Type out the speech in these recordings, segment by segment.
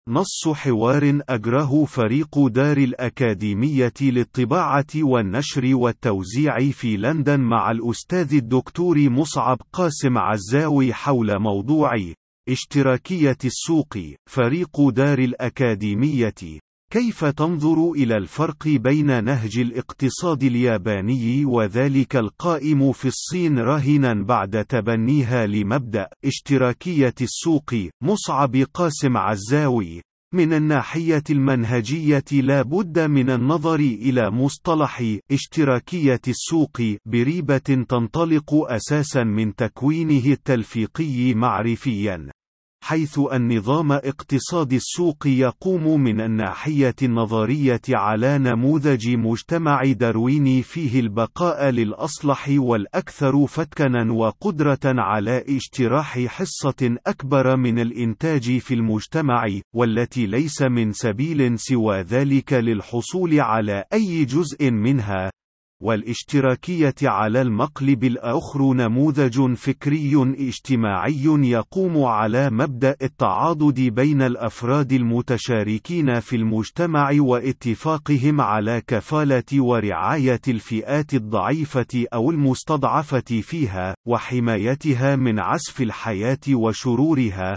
نص حوار أجره فريق دار الأكاديمية للطباعة والنشر والتوزيع في لندن مع الأستاذ الدكتور مصعب قاسم عزاوي حول موضوع اشتراكية السوق. فريق دار الأكاديمية: كيف تنظر إلى الفرق بين نهج الاقتصاد الياباني وذلك القائم في الصين راهنا بعد تبنيها لمبدأ اشتراكية السوق؟ مصعب قاسم عزاوي: من الناحية المنهجية لا بد من النظر إلى مصطلح اشتراكية السوق بريبة تنطلق أساسا من تكوينه التلفيقي معرفيا، حيث النظام اقتصاد السوق يقوم من الناحية النظرية على نموذج مجتمع دارويني فيه البقاء للأصلح والأكثر فتكنا وقدرة على اجتراح حصة أكبر من الإنتاج في المجتمع، والتي ليس من سبيل سوى ذلك للحصول على أي جزء منها. والاشتراكية على المقلب الآخر نموذج فكري اجتماعي يقوم على مبدأ التعاضد بين الأفراد المتشاركين في المجتمع واتفاقهم على كفالة ورعاية الفئات الضعيفة أو المستضعفة فيها، وحمايتها من عسف الحياة وشرورها.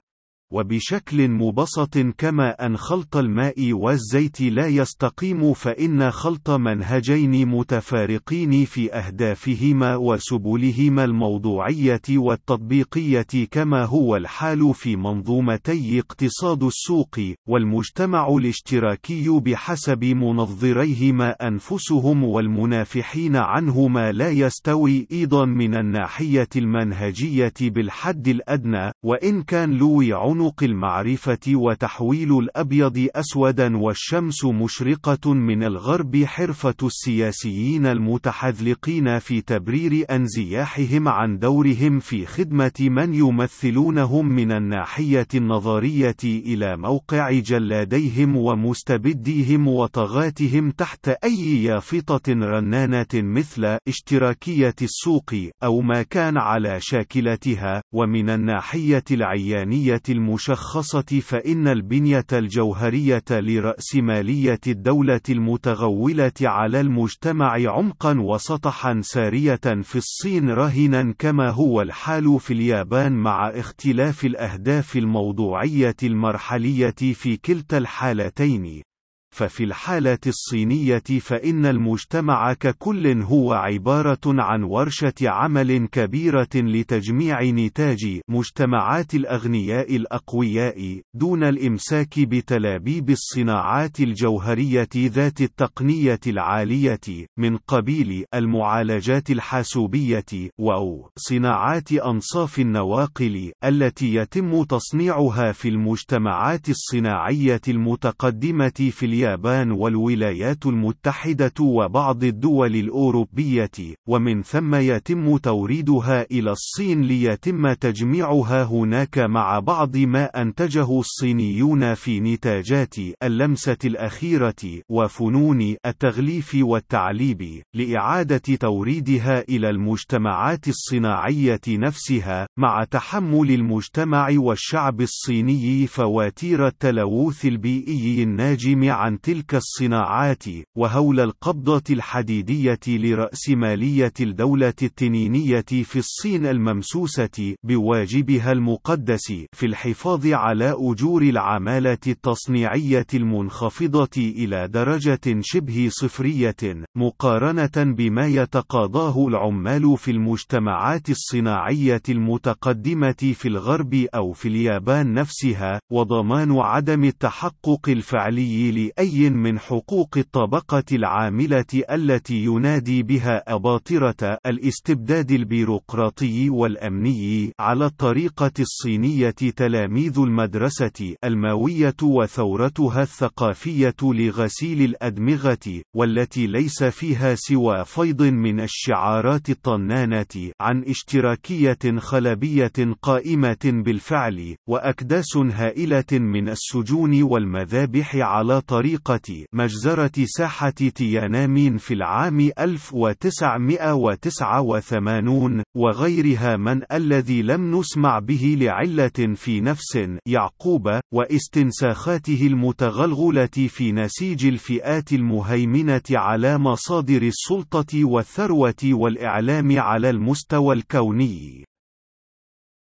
وبشكل مبسط، كما أن خلط الماء والزيت لا يستقيم، فإن خلط منهجين متفارقين في أهدافهما وسبلهما الموضوعية والتطبيقية كما هو الحال في منظومتي اقتصاد السوق والمجتمع الاشتراكي بحسب منظريهما أنفسهم والمنافحين عنهما لا يستوي أيضا من الناحية المنهجية بالحد الأدنى، وإن كان لوي عنق المعرفة وتحويل الأبيض أسودا والشمس مشرقة من الغرب حرفة السياسيين المتحذلقين في تبرير انزياحهم عن دورهم في خدمة من يمثلونهم من الناحية النظرية إلى موقع جلاديهم ومستبديهم وطغاتهم تحت أي يافطة رنانة مثل اشتراكية السوق أو ما كان على شاكلتها. ومن الناحية العيانية المشخصة، فإن البنية الجوهرية لرأسمالية الدولة المتغولة على المجتمع عمقا وسطحا سارية في الصين راهنا كما هو الحال في اليابان، مع اختلاف الأهداف الموضوعية المرحلية في كلتا الحالتين. ففي الحالة الصينية فإن المجتمع ككل هو عبارة عن ورشة عمل كبيرة لتجميع نتاج مجتمعات الأغنياء الأقوياء، دون الإمساك بتلابيب الصناعات الجوهرية ذات التقنية العالية من قبيل المعالجات الحاسوبية أو صناعات أنصاف النواقل التي يتم تصنيعها في المجتمعات الصناعية المتقدمة في اليابان والولايات المتحدة وبعض الدول الأوروبية، ومن ثم يتم توريدها إلى الصين ليتم تجميعها هناك مع بعض ما أنتجه الصينيون في نتاجات اللمسة الأخيرة وفنون التغليف والتعليب، لإعادة توريدها إلى المجتمعات الصناعية نفسها، مع تحمل المجتمع والشعب الصيني فواتير التلوث البيئي الناجم عن تلك الصناعات، وهول القبضة الحديدية لرأسمالية الدولة التنينية في الصين الممسوسة بواجبها المقدس في الحفاظ على أجور العمالة التصنيعية المنخفضة إلى درجة شبه صفرية، مقارنة بما يتقاضاه العمال في المجتمعات الصناعية المتقدمة في الغرب أو في اليابان نفسها، وضمان عدم التحقق الفعلي لأي من حقوق الطبقة العاملة التي ينادي بها أباطرة الاستبداد البيروقراطي والأمني على الطريقة الصينية تلاميذ المدرسة الماوية وثورتها الثقافية لغسيل الأدمغة، والتي ليس فيها سوى فيض من الشعارات الطنانة عن اشتراكية خلبية قائمة بالفعل، وأكداس هائلة من السجون والمذابح على طريق بطريقة مجزرة ساحة تيانامين في العام 1989 وغيرها من الذي لم نسمع به لعلة في نفس يعقوب، واستنساخاته المتغلغلة في نسيج الفئات المهيمنة على مصادر السلطة والثروة والإعلام على المستوى الكوني.